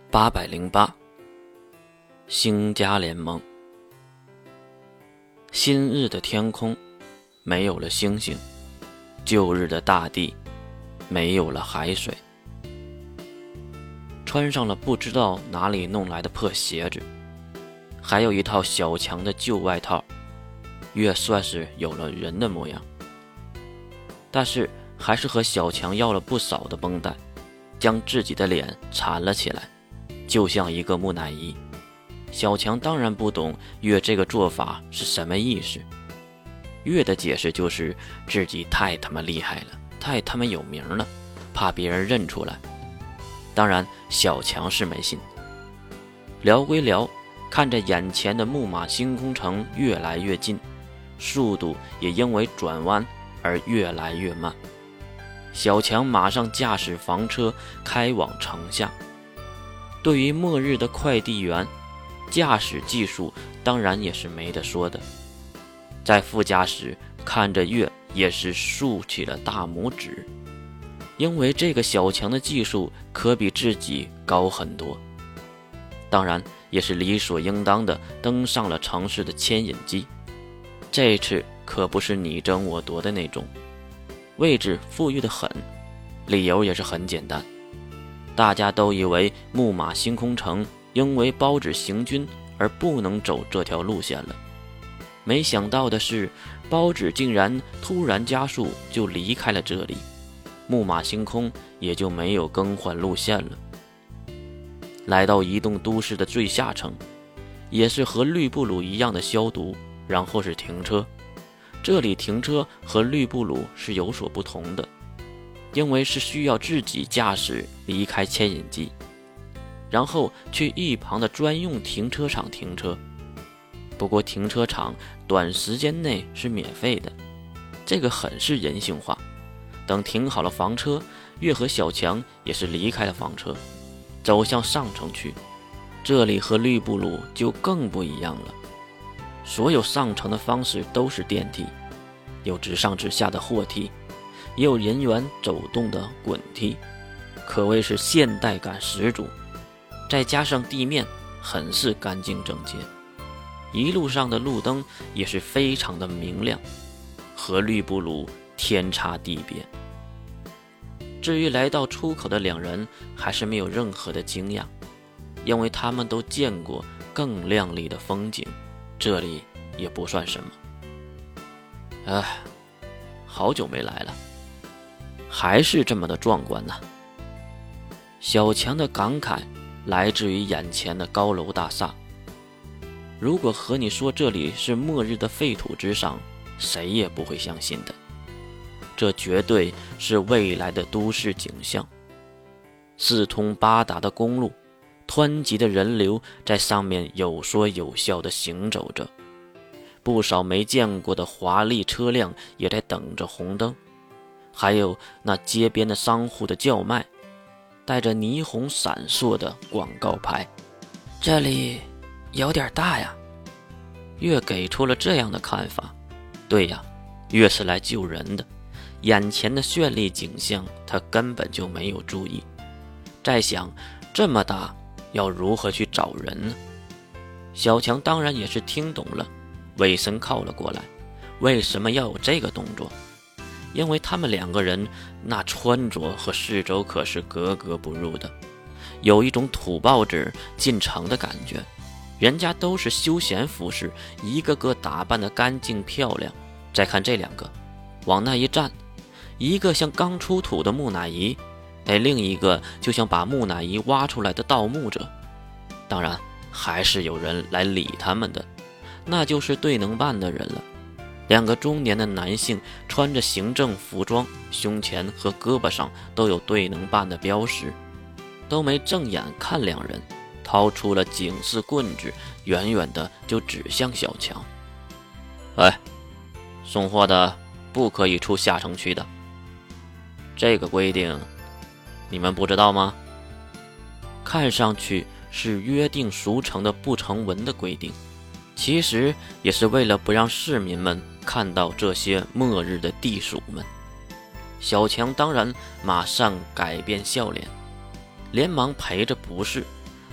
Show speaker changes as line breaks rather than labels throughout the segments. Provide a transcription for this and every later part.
808星家联盟。新日的天空没有了星星，旧日的大地没有了海水。穿上了不知道哪里弄来的破鞋子，还有一套小强的旧外套，月算是有了人的模样。但是还是和小强要了不少的绷带，将自己的脸缠了起来，就像一个木乃伊。小强当然不懂月这个做法是什么意思，月的解释就是自己太他妈厉害了，太他妈有名了，怕别人认出来。当然小强是没信。聊归聊，看着眼前的木马星空城越来越近，速度也因为转弯而越来越慢。小强马上驾驶房车开往城下。对于末日的快递员，驾驶技术当然也是没得说的。在副驾驶看着月也是竖起了大拇指，因为这个小强的技术可比自己高很多。当然也是理所应当的登上了城市的牵引机，这次可不是你争我夺的那种，位置富裕的很，理由也是很简单。大家都以为木马星空城因为包子行军而不能走这条路线了，没想到的是包子竟然突然加速就离开了这里，木马星空也就没有更换路线了。来到移动都市的最下层，也是和绿布鲁一样的消毒，然后是停车。这里停车和绿布鲁是有所不同的，因为是需要自己驾驶离开牵引机，然后去一旁的专用停车场停车。不过停车场短时间内是免费的，这个很是人性化。等停好了房车，月和小强也是离开了房车，走向上城去。这里和绿布鲁就更不一样了，所有上城的方式都是电梯，有直上直下的货梯，也有人员走动的滚梯，可谓是现代感十足。再加上地面很是干净整洁，一路上的路灯也是非常的明亮，和绿布鲁天差地别。至于来到出口的两人还是没有任何的惊讶，因为他们都见过更亮丽的风景，这里也不算什么。好久没来了，还是这么的壮观呢。小强的感慨来自于眼前的高楼大厦。如果和你说这里是末日的废土之上，谁也不会相信的。这绝对是未来的都市景象。四通八达的公路，湍急的人流在上面有说有笑地行走着，不少没见过的华丽车辆也在等着红灯，还有那街边的商户的叫卖，带着霓虹闪烁的广告牌。这里有点大呀。月给出了这样的看法。对呀，月是来救人的，眼前的绚丽景象他根本就没有注意，在想这么大要如何去找人呢？小强当然也是听懂了，尾身靠了过来。为什么要有这个动作？因为他们两个人那穿着和四周可是格格不入的，有一种土包子进城的感觉。人家都是休闲服饰，一个个打扮得干净漂亮。再看这两个，往那一站，一个像刚出土的木乃伊，另一个就像把木乃伊挖出来的盗墓者。当然还是有人来理他们的，那就是队能办的人了。两个中年的男性穿着行政服装，胸前和胳膊上都有队能办的标识，都没正眼看两人，掏出了警示棍子，远远的就指向小强。送货的不可以出下城区的，这个规定你们不知道吗？看上去是约定俗成的不成文的规定，其实也是为了不让市民们看到这些末日的地鼠们。小强当然马上改变笑脸，连忙陪着不是，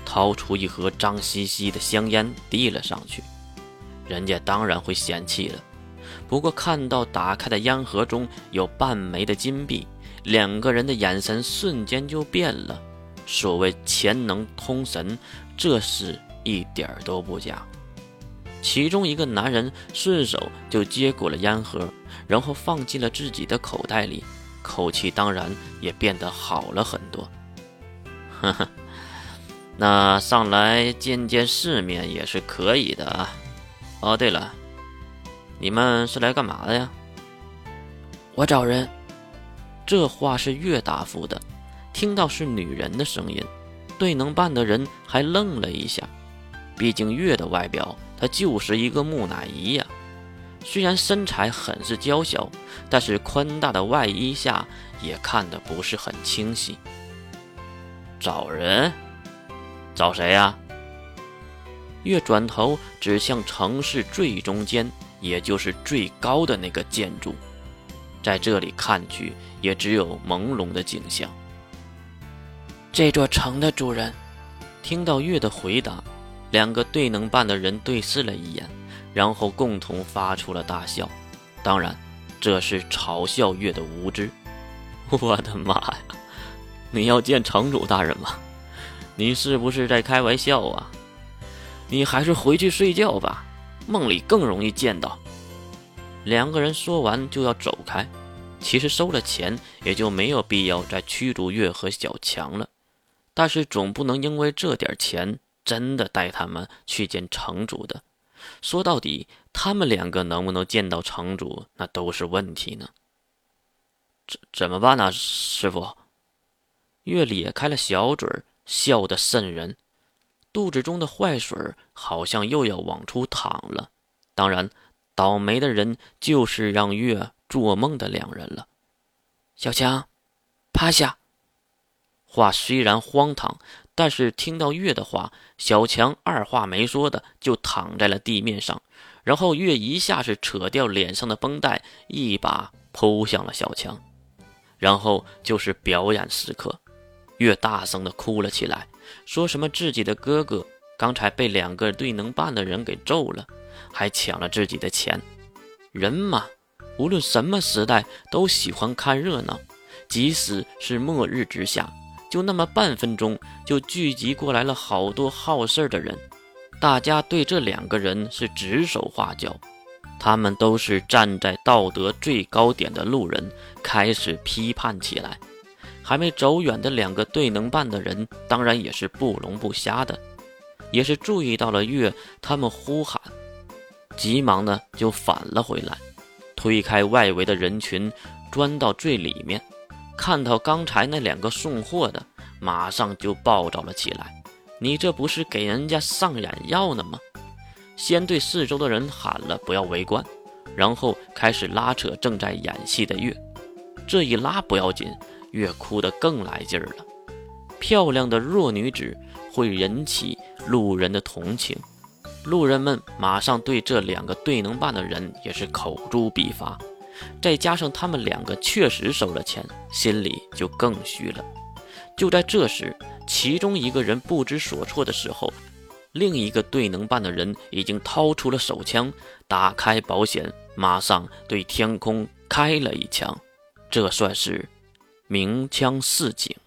掏出一盒脏兮兮的香烟递了上去。人家当然会嫌弃了，不过看到打开的烟盒中有半枚的金币，两个人的眼神瞬间就变了。所谓钱能通神，这事一点都不假。其中一个男人顺手就接过了烟盒，然后放进了自己的口袋里，口气当然也变得好了很多。呵呵，那上来见见世面也是可以的啊。哦，对了，你们是来干嘛的呀？
我找人。
这话是月答复的。听到是女人的声音，对能办的人还愣了一下。毕竟月的外表，她就是一个木乃伊呀。虽然身材很是娇小，但是宽大的外衣下也看得不是很清晰。找人？找谁呀？月转头指向城市最中间，也就是最高的那个建筑，在这里看去也只有朦胧的景象。
这座城的主人。
听到月的回答，两个对能办的人对视了一眼，然后共同发出了大笑。当然，这是嘲笑月的无知。我的妈呀，你要见城主大人吗？你是不是在开玩笑啊？你还是回去睡觉吧，梦里更容易见到。两个人说完就要走开，其实收了钱也就没有必要再驱逐月和小强了，但是总不能因为这点钱真的带他们去见城主的。说到底，他们两个能不能见到城主，那都是问题呢。怎么办呢，师傅？月咧开了小嘴，笑得瘆人，肚子中的坏水好像又要往出淌了。当然，倒霉的人就是让月做梦的两人了。
小强，趴下。
话虽然荒唐，但是听到月的话，小强二话没说的就躺在了地面上，然后月一下是扯掉脸上的绷带，一把扑向了小强。然后就是表演时刻，月大声的哭了起来，说什么自己的哥哥刚才被两个对能办的人给揍了，还抢了自己的钱。人嘛，无论什么时代都喜欢看热闹，即使是末日之下，就那么半分钟就聚集过来了好多好事的人，大家对这两个人是指手画脚。他们都是站在道德最高点的路人，开始批判起来。还没走远的两个对能办的人当然也是不聋不瞎的，也是注意到了月他们呼喊，急忙呢就返了回来，推开外围的人群，钻到最里面。看到刚才那两个送货的，马上就暴躁了起来。你这不是给人家上眼药呢吗？先对四周的人喊了不要围观，然后开始拉扯正在演戏的月。这一拉不要紧，月哭得更来劲儿了。漂亮的弱女子会引起路人的同情，路人们马上对这两个对能办的人也是口诛笔伐。再加上他们两个确实收了钱，心里就更虚了。就在这时，其中一个人不知所措的时候，另一个对能办的人已经掏出了手枪，打开保险，马上对天空开了一枪。这算是鸣枪示警。